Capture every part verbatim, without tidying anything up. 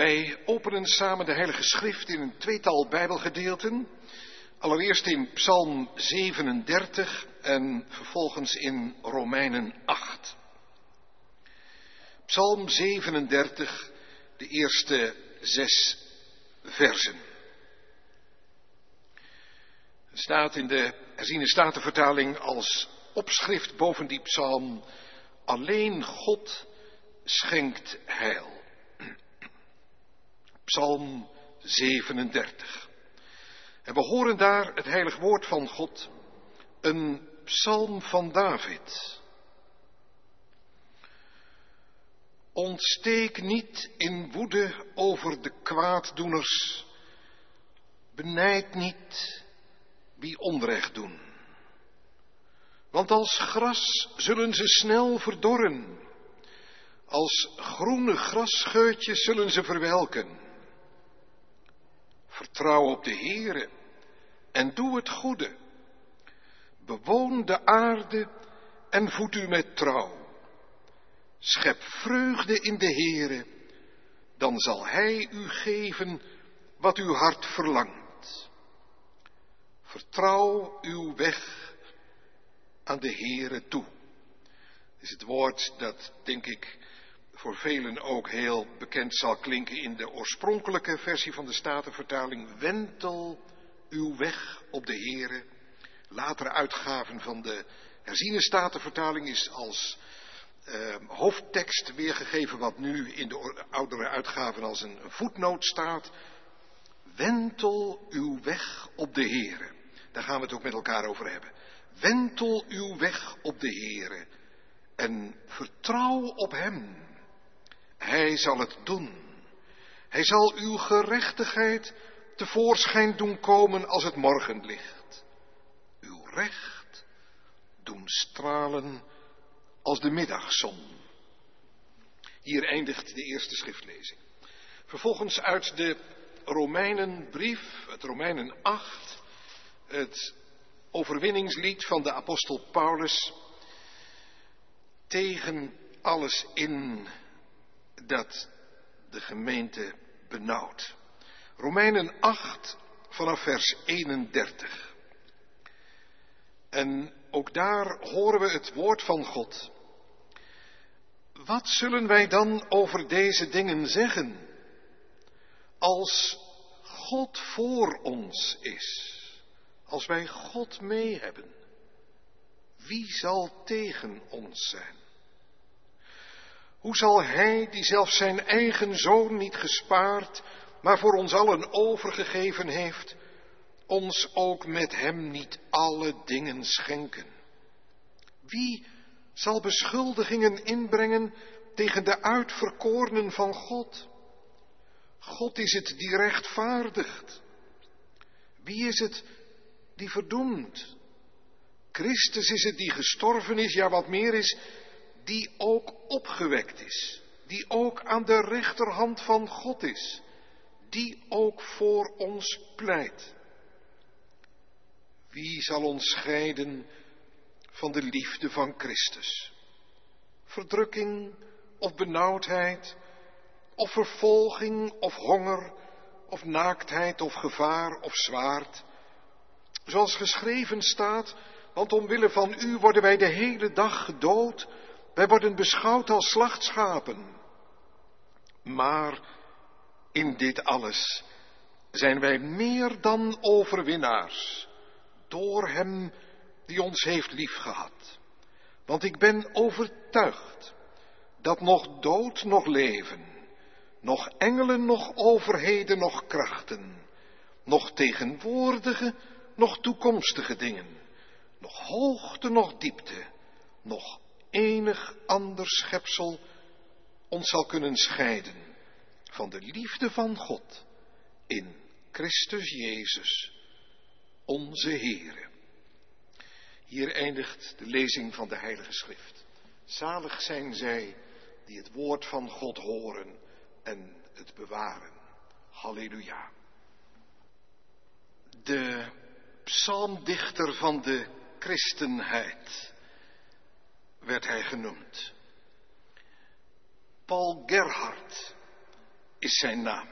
Wij openen samen de Heilige Schrift in een tweetal Bijbelgedeelten. Allereerst in Psalm zevenendertig en vervolgens in Romeinen acht. Psalm zevenendertig, de eerste zes versen. Er staat in de herziene statenvertaling als opschrift boven die psalm: alleen God schenkt heil. Psalm zevenendertig. En we horen daar het heilig woord van God, een psalm van David. Ontsteek niet in woede over de kwaaddoeners, benijd niet wie onrecht doen. Want als gras zullen ze snel verdorren, als groene grasscheutjes zullen ze verwelken. Vertrouw op de Heere en doe het goede. Bewoon de aarde en voed u met trouw. Schep vreugde in de Heere, dan zal Hij u geven wat uw hart verlangt. Vertrouw uw weg aan de Heere toe. Dit is het woord dat, denk ik, voor velen ook heel bekend zal klinken in de oorspronkelijke versie van de Statenvertaling. Wentel uw weg op de Heere. Latere uitgaven van de herziene Statenvertaling is als uh, hoofdtekst weergegeven wat nu in de oudere uitgaven als een voetnoot staat. Wentel uw weg op de Heere. Daar gaan we het ook met elkaar over hebben. Wentel uw weg op de Heere en vertrouw op Hem. Hij zal het doen. Hij zal uw gerechtigheid tevoorschijn doen komen als het morgenlicht. Uw recht doen stralen als de middagzon. Hier eindigt de eerste schriftlezing. Vervolgens uit de Romeinenbrief, het Romeinen acht, het overwinningslied van de apostel Paulus tegen alles in dat de gemeente benauwt. Romeinen acht vanaf vers eenendertig. En ook daar horen we het woord van God. Wat zullen wij dan over deze dingen zeggen? Als God voor ons is, als wij God mee hebben, wie zal tegen ons zijn? Hoe zal Hij, die zelfs zijn eigen zoon niet gespaard, maar voor ons allen overgegeven heeft, ons ook met Hem niet alle dingen schenken? Wie zal beschuldigingen inbrengen tegen de uitverkorenen van God? God is het die rechtvaardigt. Wie is het die verdoemt? Christus is het die gestorven is, ja wat meer is, die ook opgewekt is, die ook aan de rechterhand van God is, die ook voor ons pleit. Wie zal ons scheiden van de liefde van Christus? Verdrukking of benauwdheid, of vervolging of honger, of naaktheid of gevaar of zwaard. Zoals geschreven staat, want omwille van u worden wij de hele dag gedood. Wij worden beschouwd als slachtschapen. Maar in dit alles zijn wij meer dan overwinnaars, door Hem die ons heeft liefgehad. Want ik ben overtuigd dat nog dood, nog leven, nog engelen, nog overheden, nog krachten, nog tegenwoordige, nog toekomstige dingen, nog hoogte, nog diepte, nog enig ander schepsel ons zal kunnen scheiden van de liefde van God in Christus Jezus, onze Heere. Hier eindigt de lezing van de Heilige Schrift. Zalig zijn zij die het woord van God horen en het bewaren. Halleluja. De psalmdichter van de christenheid werd hij genoemd. Paul Gerhardt is zijn naam.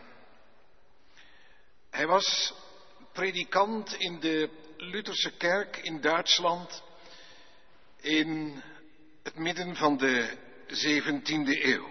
Hij was predikant in de Lutherse kerk in Duitsland in het midden van de zeventiende eeuw.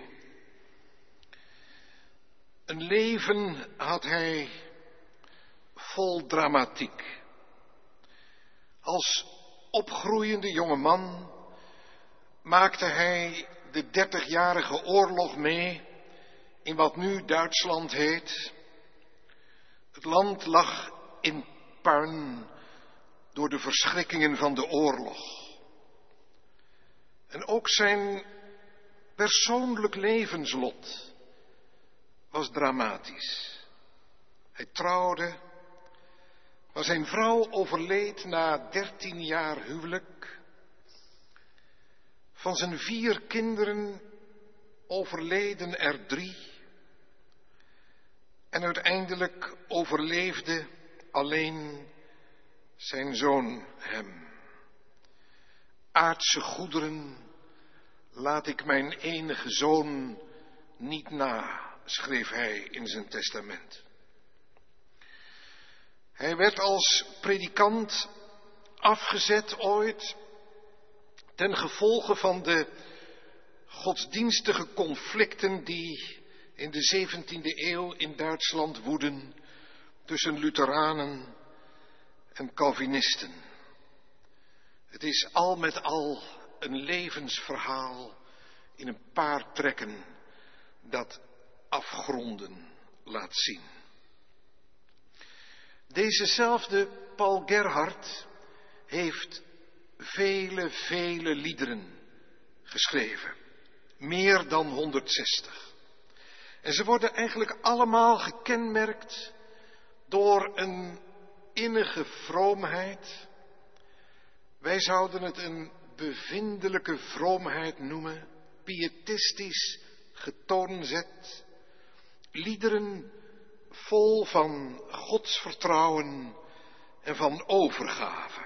Een leven had hij vol dramatiek. Als opgroeiende jonge man maakte hij de dertigjarige oorlog mee in wat nu Duitsland heet. Het land lag in puin door de verschrikkingen van de oorlog. En ook zijn persoonlijk levenslot was dramatisch. Hij trouwde, maar zijn vrouw overleed na dertien jaar huwelijk. Van zijn vier kinderen overleden er drie. En uiteindelijk overleefde alleen zijn zoon hem. Aardse goederen laat ik mijn enige zoon niet na, schreef hij in zijn testament. Hij werd als predikant afgezet ooit ten gevolge van de godsdienstige conflicten die in de zeventiende eeuw in Duitsland woeden tussen Lutheranen en Calvinisten. Het is al met al een levensverhaal in een paar trekken dat afgronden laat zien. Dezezelfde Paul Gerhardt heeft vele, vele liederen geschreven. Meer dan honderdzestig. En ze worden eigenlijk allemaal gekenmerkt door een innige vroomheid. Wij zouden het een bevindelijke vroomheid noemen, pietistisch getoonzet. Liederen vol van godsvertrouwen en van overgave.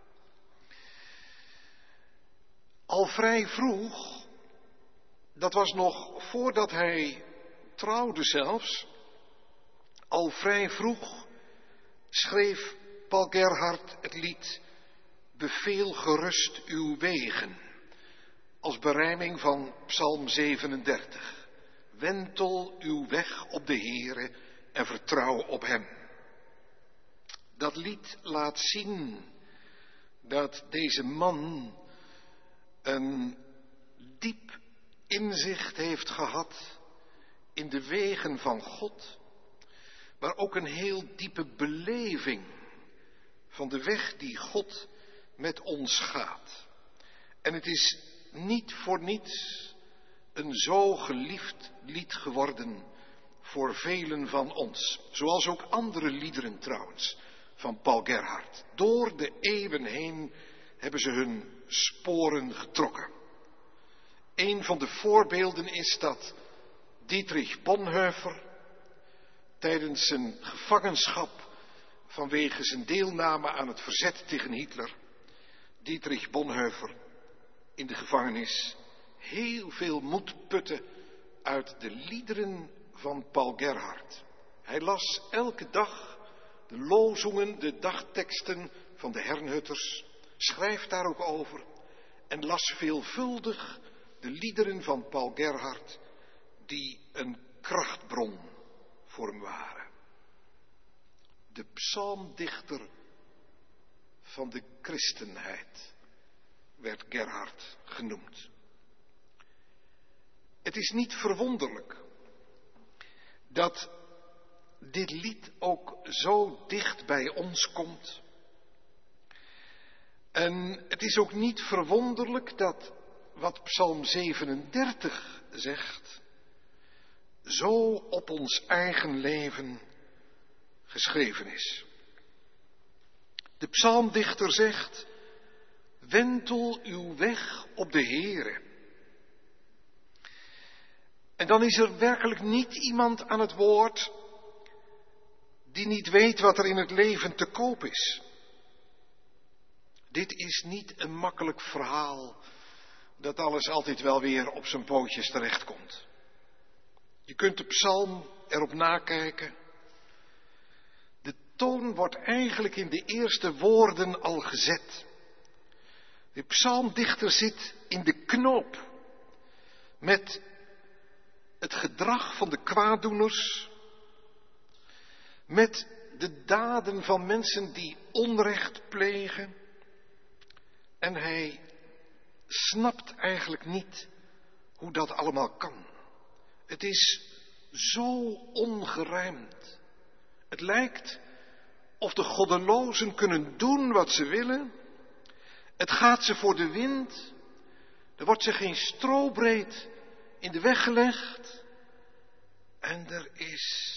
Al vrij vroeg, dat was nog voordat hij trouwde zelfs, al vrij vroeg schreef Paul Gerhardt het lied Beveel gerust uw wegen, als berijming van Psalm zevenendertig. Wentel uw weg op de Heere en vertrouw op hem. Dat lied laat zien dat deze man een diep inzicht heeft gehad in de wegen van God, maar ook een heel diepe beleving van de weg die God met ons gaat. En het is niet voor niets een zo geliefd lied geworden voor velen van ons. Zoals ook andere liederen trouwens van Paul Gerhardt. Door de eeuwen heen hebben ze hun sporen getrokken. Een van de voorbeelden is dat Dietrich Bonhoeffer tijdens zijn gevangenschap vanwege zijn deelname aan het verzet tegen Hitler, Dietrich Bonhoeffer in de gevangenis heel veel moed putte uit de liederen van Paul Gerhardt. Hij las elke dag de lozingen, de dagteksten van de Herrnhuters, schrijft daar ook over en las veelvuldig de liederen van Paul Gerhardt die een krachtbron voor hem waren. De psalmdichter van de christenheid werd Gerhardt genoemd. Het is niet verwonderlijk dat dit lied ook zo dicht bij ons komt. En het is ook niet verwonderlijk dat wat Psalm zevenendertig zegt, zo op ons eigen leven geschreven is. De psalmdichter zegt, wentel uw weg op de Heere. En dan is er werkelijk niet iemand aan het woord die niet weet wat er in het leven te koop is. Dit is niet een makkelijk verhaal dat alles altijd wel weer op zijn pootjes terechtkomt. Je kunt de psalm erop nakijken. De toon wordt eigenlijk in de eerste woorden al gezet. De psalmdichter zit in de knoop met het gedrag van de kwaaddoeners, met de daden van mensen die onrecht plegen. En hij snapt eigenlijk niet hoe dat allemaal kan. Het is zo ongerijmd. Het lijkt of de goddelozen kunnen doen wat ze willen. Het gaat ze voor de wind. Er wordt ze geen strobreed in de weg gelegd. En er is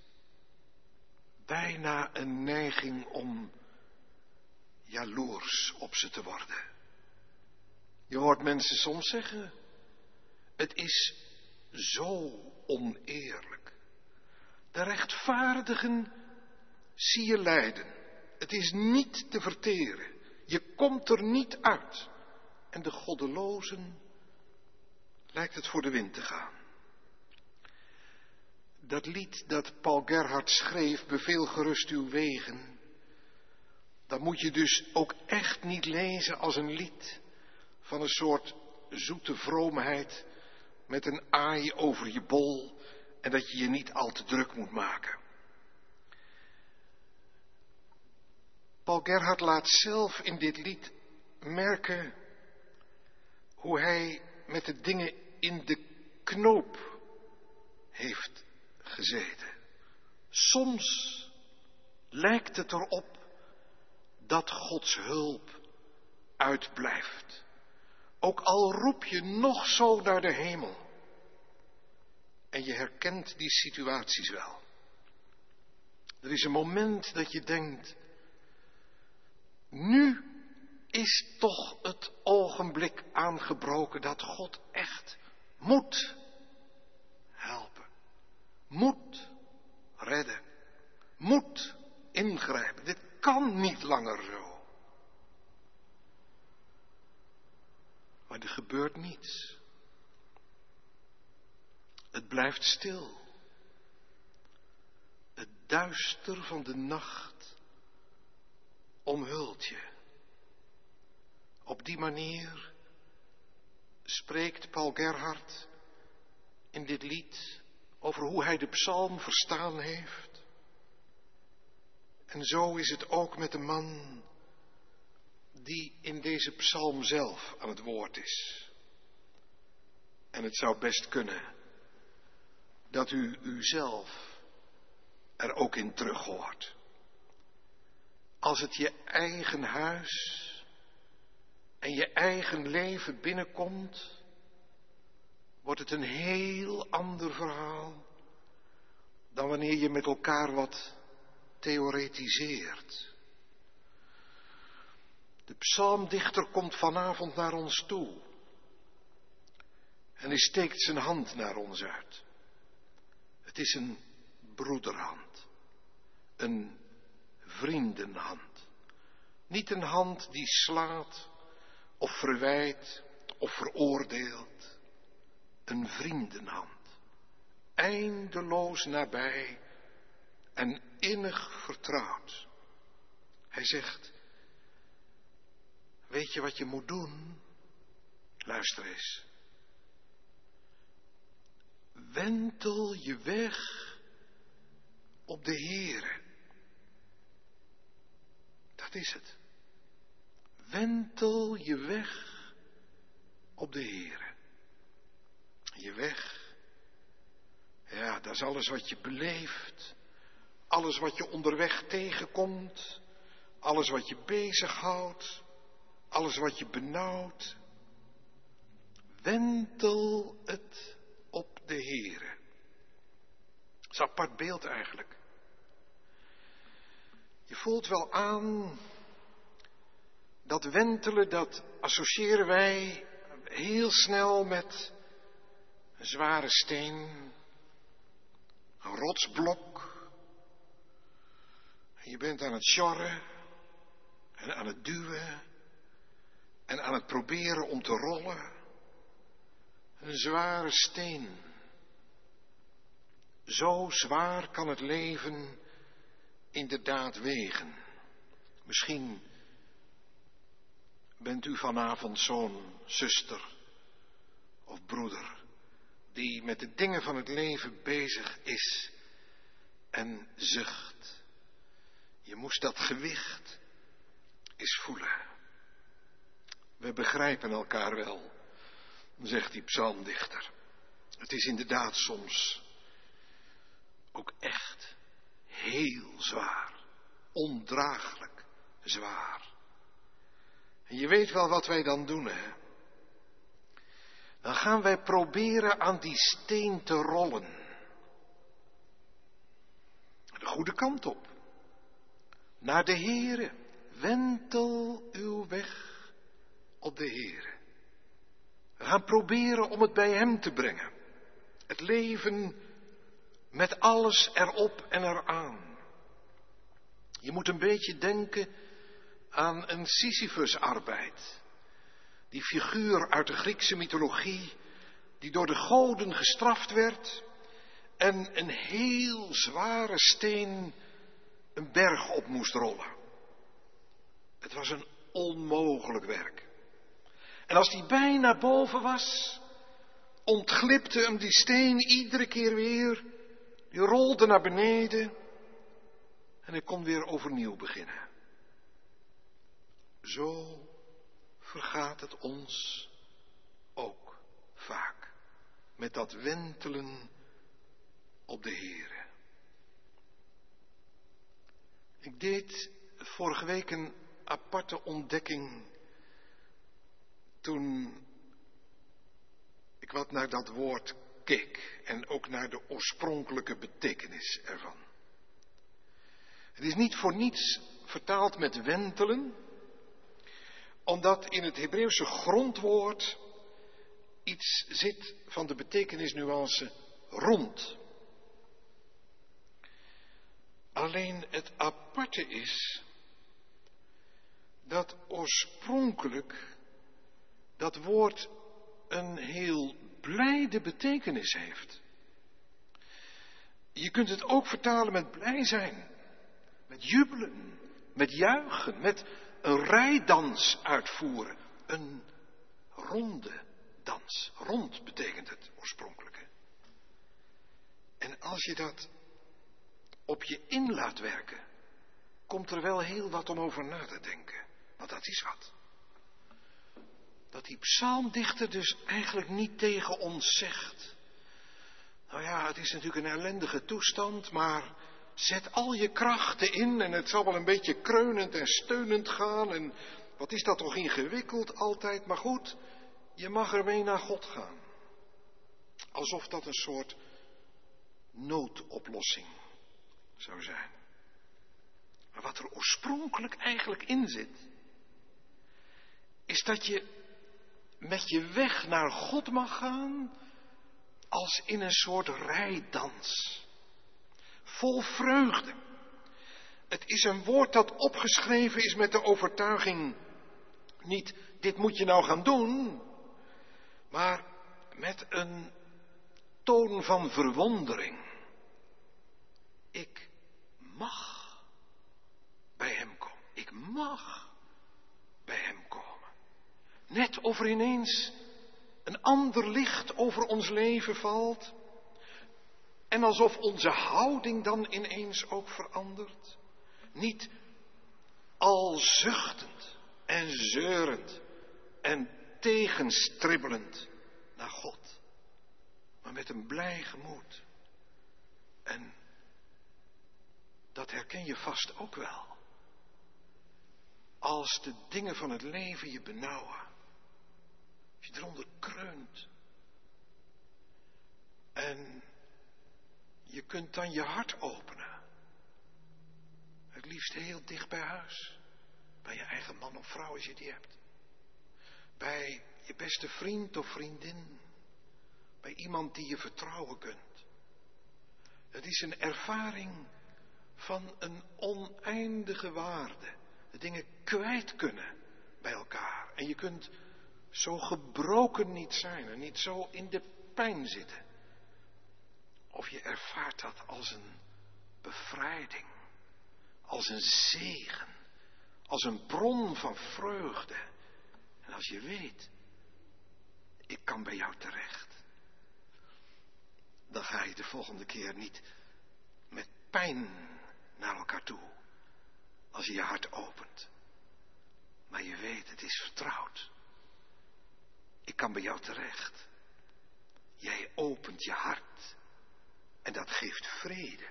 bijna een neiging om jaloers op ze te worden. Je hoort mensen soms zeggen, het is zo oneerlijk. De rechtvaardigen zie je lijden. Het is niet te verteren. Je komt er niet uit. En de goddelozen lijkt het voor de wind te gaan. Dat lied dat Paul Gerhardt schreef, Beveel gerust uw wegen, dat moet je dus ook echt niet lezen als een lied van een soort zoete vroomheid met een aai over je bol en dat je je niet al te druk moet maken. Paul Gerhardt laat zelf in dit lied merken hoe hij met de dingen in de knoop heeft gezeten. Soms lijkt het erop dat Gods hulp uitblijft. Ook al roep je nog zo naar de hemel. En je herkent die situaties wel. Er is een moment dat je denkt, nu is toch het ogenblik aangebroken dat God echt moet helpen. Moet redden. Moet ingrijpen. Dit kan niet langer zo. Maar er gebeurt niets. Het blijft stil. Het duister van de nacht omhult je. Op die manier spreekt Paul Gerhardt in dit lied over hoe hij de psalm verstaan heeft. En zo is het ook met de man die in deze psalm zelf aan het woord is. En het zou best kunnen dat u uzelf er ook in terug hoort. Als het je eigen huis en je eigen leven binnenkomt, wordt het een heel ander verhaal dan wanneer je met elkaar wat theoretiseert. De psalmdichter komt vanavond naar ons toe en hij steekt zijn hand naar ons uit. Het is een broederhand, een vriendenhand. Niet een hand die slaat of verwijt of veroordeelt. Een vriendenhand. Eindeloos nabij en innig vertrouwd. Hij zegt, weet je wat je moet doen? Luister eens. Wentel je weg op de Heere. Dat is het. Wentel je weg op de Heere. Je weg. Ja, dat is alles wat je beleeft. Alles wat je onderweg tegenkomt. Alles wat je bezighoudt. Alles wat je benauwt. Wentel het op de Heere. Dat is een apart beeld eigenlijk. Je voelt wel aan dat wentelen, dat associëren wij heel snel met een zware steen, een rotsblok. En je bent aan het sjorren en aan het duwen en aan het proberen om te rollen. Een zware steen. zo zwaar kan het leven inderdaad wegen. Misschien bent u vanavond zo'n zuster of broeder die met de dingen van het leven bezig is en zucht. Je moest dat gewicht eens voelen. We begrijpen elkaar wel, zegt die psalmdichter. Het is inderdaad soms ook echt heel zwaar, ondraaglijk zwaar. En je weet wel wat wij dan doen, hè? Dan gaan wij proberen aan die steen te rollen. De goede kant op. Naar de Heere. Wentel uw weg op de Heere. We gaan proberen om het bij Hem te brengen. Het leven met alles erop en eraan. Je moet een beetje denken aan een Sisyphus-arbeid. Die figuur uit de Griekse mythologie, die door de goden gestraft werd en een heel zware steen een berg op moest rollen. Het was een onmogelijk werk. En als die bijna boven was, ontglipte hem die steen iedere keer weer. Die rolde naar beneden en hij kon weer overnieuw beginnen. Zo vergaat het ons ook vaak met dat wentelen op de Heere. Ik deed vorige week een aparte ontdekking toen ik wat naar dat woord keek en ook naar de oorspronkelijke betekenis ervan. Het is niet voor niets vertaald met wentelen, omdat in het Hebreeuwse grondwoord iets zit van de betekenisnuance rond. Alleen het aparte is dat oorspronkelijk dat woord een heel blijde betekenis heeft. Je kunt het ook vertalen met blij zijn, met jubelen, met juichen, met een rijdans uitvoeren. Een ronde dans. Rond betekent het oorspronkelijke. En als je dat op je in laat werken, komt er wel heel wat om over na te denken. Want dat is wat. Dat die psalmdichter dus eigenlijk niet tegen ons zegt. Nou ja, het is natuurlijk een ellendige toestand, maar zet al je krachten in en het zal wel een beetje kreunend en steunend gaan. En wat is dat toch ingewikkeld altijd, maar goed, je mag ermee naar God gaan. Alsof dat een soort noodoplossing zou zijn. Maar wat er oorspronkelijk eigenlijk in zit, is dat je met je weg naar God mag gaan als in een soort rijdans. Vol vreugde. Het is een woord dat opgeschreven is met de overtuiging, niet dit moet je nou gaan doen, maar met een toon van verwondering. Ik mag bij Hem komen. Ik mag bij Hem komen. Net of er ineens een ander licht over ons leven valt. En alsof onze houding dan ineens ook verandert. Niet al zuchtend en zeurend en tegenstribbelend naar God. Maar met een blij gemoed. En dat herken je vast ook wel. Als de dingen van het leven je benauwen. Als je eronder kreunt. En je kunt dan je hart openen. Het liefst heel dicht bij huis. Bij je eigen man of vrouw als je die hebt. Bij je beste vriend of vriendin. Bij iemand die je vertrouwen kunt. Het is een ervaring van een oneindige waarde. De dingen kwijt kunnen bij elkaar. En je kunt zo gebroken niet zijn en niet zo in de pijn zitten. Of je ervaart dat als een bevrijding, als een zegen, als een bron van vreugde. En als je weet, ik kan bij jou terecht, dan ga je de volgende keer niet met pijn naar elkaar toe, als je je hart opent. Maar je weet, het is vertrouwd. Ik kan bij jou terecht. Jij opent je hart. En dat geeft vrede.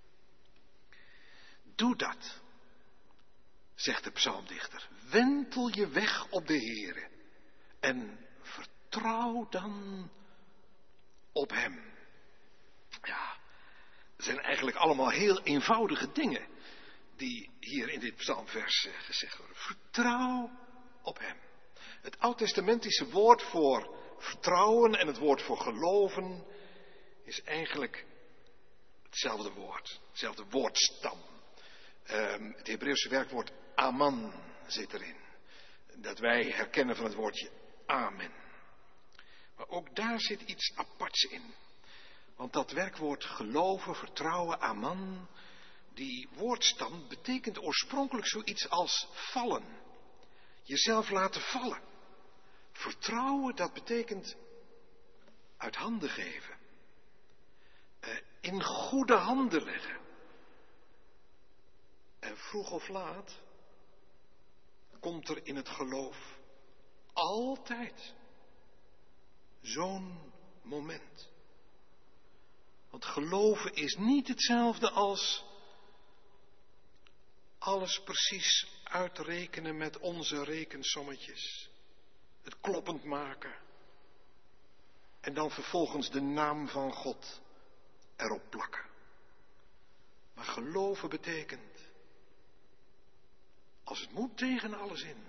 Doe dat, zegt de psalmdichter. Wentel je weg op de Heere. En vertrouw dan op hem. Ja, het zijn eigenlijk allemaal heel eenvoudige dingen die hier in dit psalmvers gezegd worden. Vertrouw op hem. Het oud-testamentische woord voor vertrouwen en het woord voor geloven is eigenlijk hetzelfde woord, hetzelfde woordstam. Um, het Hebreeuwse werkwoord aman zit erin. Dat wij herkennen van het woordje amen. Maar ook daar zit iets aparts in. Want dat werkwoord geloven, vertrouwen, aman, die woordstam betekent oorspronkelijk zoiets als vallen. Jezelf laten vallen. Vertrouwen, dat betekent uit handen geven. Uh, in goede handen leggen. En vroeg of laat komt er in het geloof altijd zo'n moment. Want geloven is niet hetzelfde als alles precies uitrekenen met onze rekensommetjes. Het kloppend maken. En dan vervolgens de naam van God erop plakken. Maar geloven betekent, als het moet tegen alles in,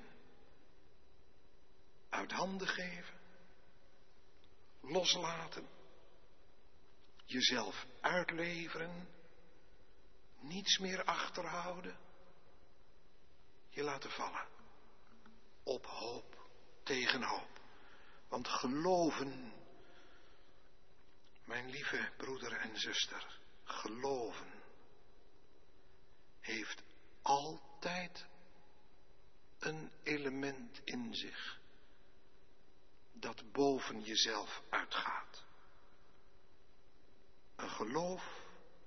uit handen geven, loslaten, jezelf uitleveren, niets meer achterhouden, je laten vallen. Op hoop, tegen hoop. Want geloven, mijn lieve broeder en zuster, geloven heeft altijd een element in zich dat boven jezelf uitgaat. Een geloof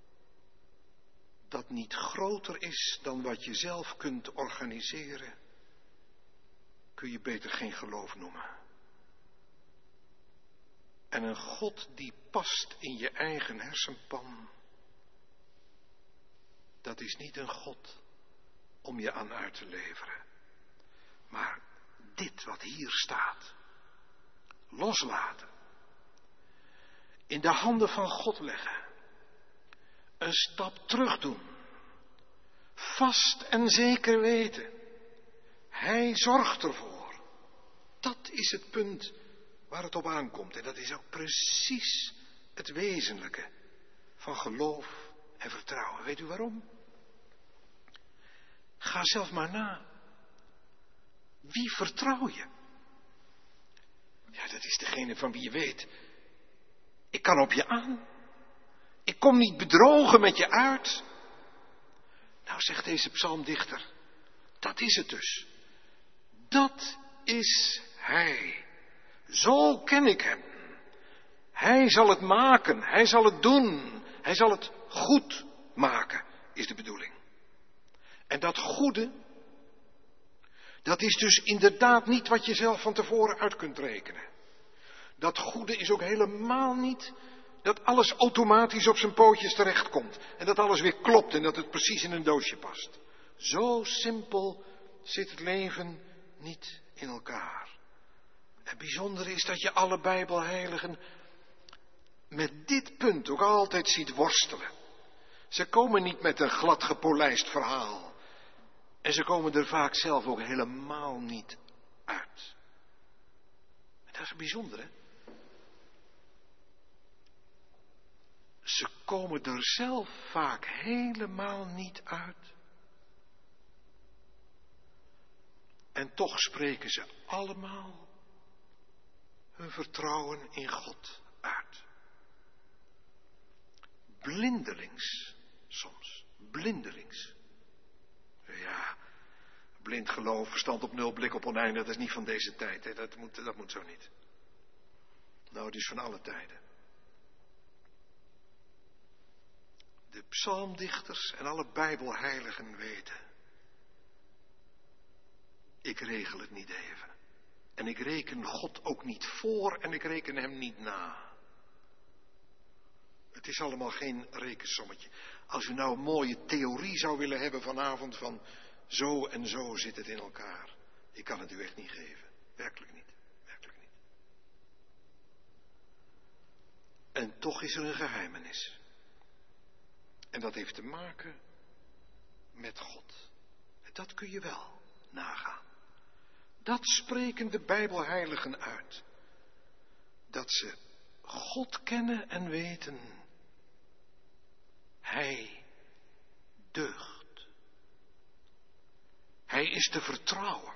dat niet groter is dan wat je zelf kunt organiseren, kun je beter geen geloof noemen. En een God die past in je eigen hersenpan, dat is niet een God om je aan uit te leveren. Maar dit wat hier staat, loslaten, in de handen van God leggen, een stap terug doen, vast en zeker weten, Hij zorgt ervoor. Dat is het punt waar het op aankomt. En dat is ook precies het wezenlijke van geloof en vertrouwen. Weet u waarom? Ga zelf maar na. Wie vertrouw je? Ja, dat is degene van wie je weet, ik kan op je aan. Ik kom niet bedrogen met je uit. Nou, zegt deze psalmdichter, dat is het dus. Dat is Hij. Zo ken ik Hem. Hij zal het maken, Hij zal het doen, Hij zal het goed maken, is de bedoeling. En dat goede, dat is dus inderdaad niet wat je zelf van tevoren uit kunt rekenen. Dat goede is ook helemaal niet dat alles automatisch op zijn pootjes terechtkomt. En dat alles weer klopt en dat het precies in een doosje past. Zo simpel zit het leven niet in elkaar. Het bijzondere is dat je alle Bijbelheiligen met dit punt ook altijd ziet worstelen. Ze komen niet met een glad gepolijst verhaal. En ze komen er vaak zelf ook helemaal niet uit. En dat is het bijzondere. Ze komen er zelf vaak helemaal niet uit. En toch spreken ze allemaal hun vertrouwen in God uit. blindelings soms. Blindelings. Ja, blind geloof, verstand op nul, blik op oneindig, dat is niet van deze tijd. Hè? Dat moet, dat moet zo niet. Nou, het is van alle tijden. De psalmdichters en alle bijbelheiligen weten. Ik regel het niet even. En ik reken God ook niet voor en ik reken hem niet na. Het is allemaal geen rekensommetje. Als u nou een mooie theorie zou willen hebben vanavond van zo en zo zit het in elkaar. Ik kan het u echt niet geven. Werkelijk niet. Werkelijk niet. En toch is er een geheimenis. En dat heeft te maken met God. Dat kun je wel nagaan. Dat spreken de Bijbelheiligen uit. Dat ze God kennen en weten. Hij deugt. Hij is te vertrouwen.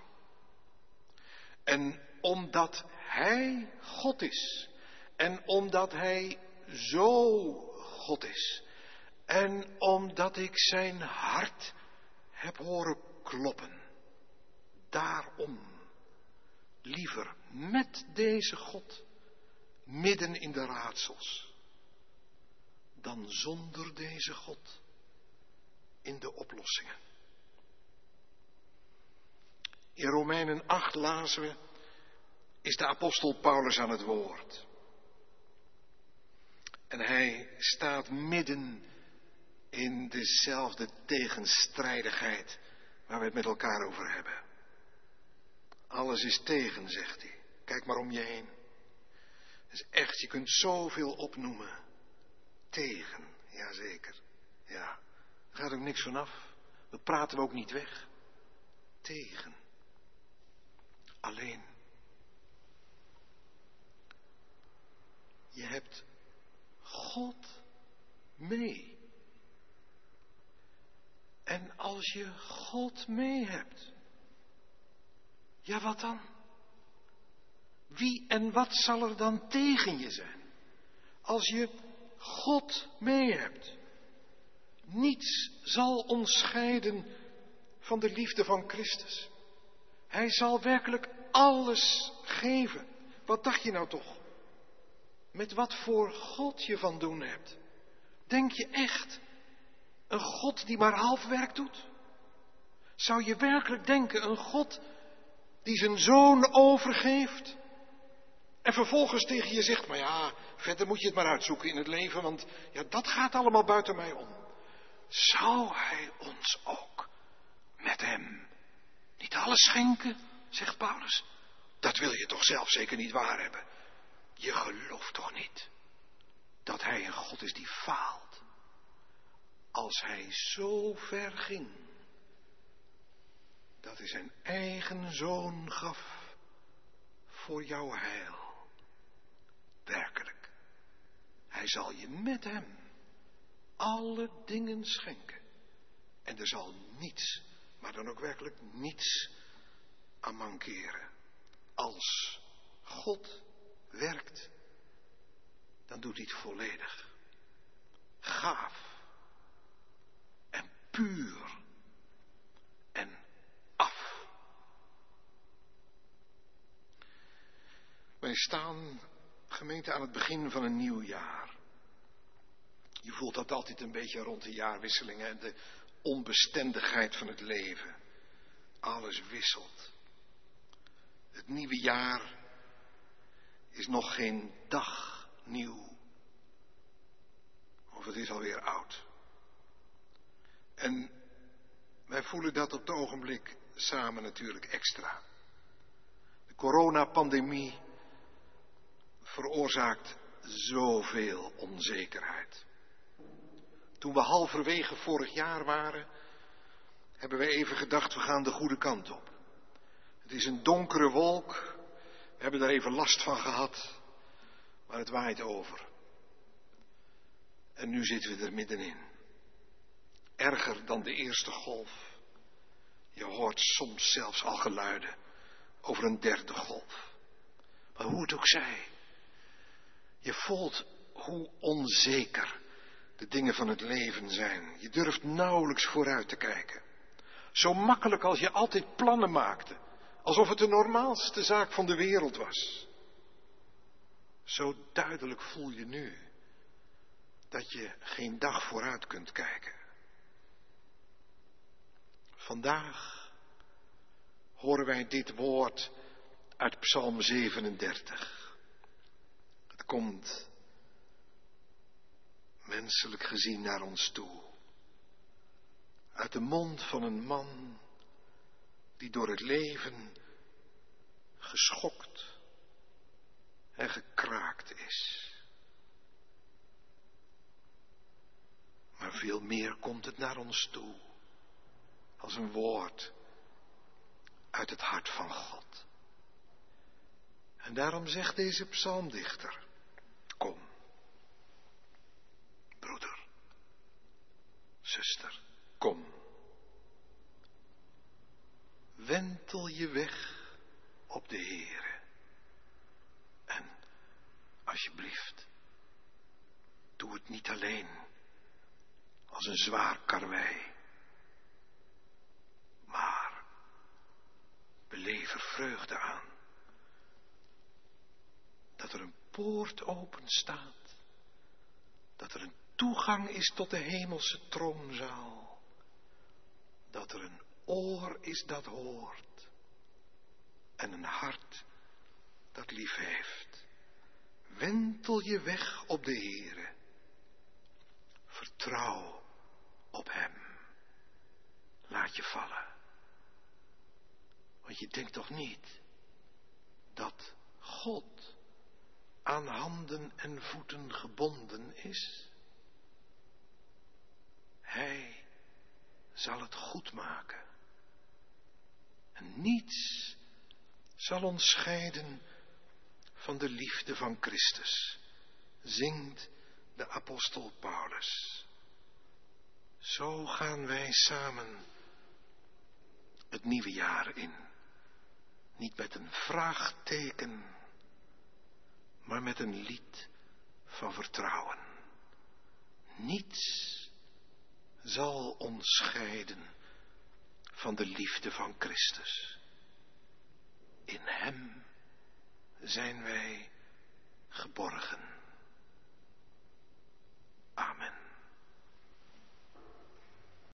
En omdat Hij God is. En omdat Hij zo God is. En omdat ik zijn hart heb horen kloppen. Daarom liever met deze God midden in de raadsels dan zonder deze God in de oplossingen. In Romeinen acht lazen we, is de apostel Paulus aan het woord. En hij staat midden in dezelfde tegenstrijdigheid waar we het met elkaar over hebben. Alles is tegen, zegt hij. Kijk maar om je heen. Dus echt, je kunt zoveel opnoemen. Tegen, jazeker. Ja, er gaat ook niks vanaf. Dat praten we ook niet weg. Tegen. Alleen. Je hebt God mee. En als je God mee hebt, ja, wat dan? Wie en wat zal er dan tegen je zijn? Als je God mee hebt. Niets zal ons scheiden van de liefde van Christus. Hij zal werkelijk alles geven. Wat dacht je nou toch? Met wat voor God je van doen hebt. Denk je echt een God die maar half werk doet? Zou je werkelijk denken een God die zijn zoon overgeeft en vervolgens tegen je zegt, maar ja, verder moet je het maar uitzoeken in het leven, want ja, dat gaat allemaal buiten mij om. Zou hij ons ook met hem niet alles schenken, zegt Paulus? Dat wil je toch zelf zeker niet waar hebben. Je gelooft toch niet dat hij een God is die faalt. Als hij zo ver ging dat hij zijn eigen zoon gaf voor jouw heil. Werkelijk. Hij zal je met hem alle dingen schenken. En er zal niets, maar dan ook werkelijk niets aan mankeren. Als God werkt, dan doet hij het volledig. Gaaf. En puur. En af. Wij staan, gemeente, aan het begin van een nieuw jaar. Je voelt dat altijd een beetje rond de jaarwisselingen en de onbestendigheid van het leven. Alles wisselt. Het nieuwe jaar is nog geen dag nieuw. Of het is alweer oud. En wij voelen dat op het ogenblik samen natuurlijk extra. De coronapandemie veroorzaakt zoveel onzekerheid. Toen we halverwege vorig jaar waren, hebben we even gedacht, we gaan de goede kant op. Het is een donkere wolk, we hebben daar even last van gehad, maar het waait over. En nu zitten we er middenin. Erger dan de eerste golf. Je hoort soms zelfs al geluiden over een derde golf. Maar hoe het ook zij, je voelt hoe onzeker de dingen van het leven zijn. Je durft nauwelijks vooruit te kijken. Zo makkelijk als je altijd plannen maakte, alsof het de normaalste zaak van de wereld was. Zo duidelijk voel je nu dat je geen dag vooruit kunt kijken. Vandaag horen wij dit woord uit Psalm zevenendertig. Het komt menselijk gezien naar ons toe. Uit de mond van een man die door het leven geschokt en gekraakt is. Maar veel meer komt het naar ons toe als een woord uit het hart van God. En daarom zegt deze psalmdichter: kom, broeder, zuster, kom. Wentel je weg op de Heere. En alsjeblieft, doe het niet alleen als een zwaar karwei, maar beleef er vreugde aan dat er een poort open staat, dat er een toegang is tot de hemelse troonzaal, dat er een oor is dat hoort en een hart dat lief heeft. Wentel je weg op de Heere. Vertrouw op Hem. Laat je vallen. Want je denkt toch niet dat God aan handen en voeten gebonden is? Hij zal het goed maken. En niets zal ons scheiden van de liefde van Christus, zingt de apostel Paulus. Zo gaan wij samen het nieuwe jaar in. Niet met een vraagteken, maar met een lied van vertrouwen. Niets zal ons scheiden van de liefde van Christus. In Hem zijn wij geborgen. Amen.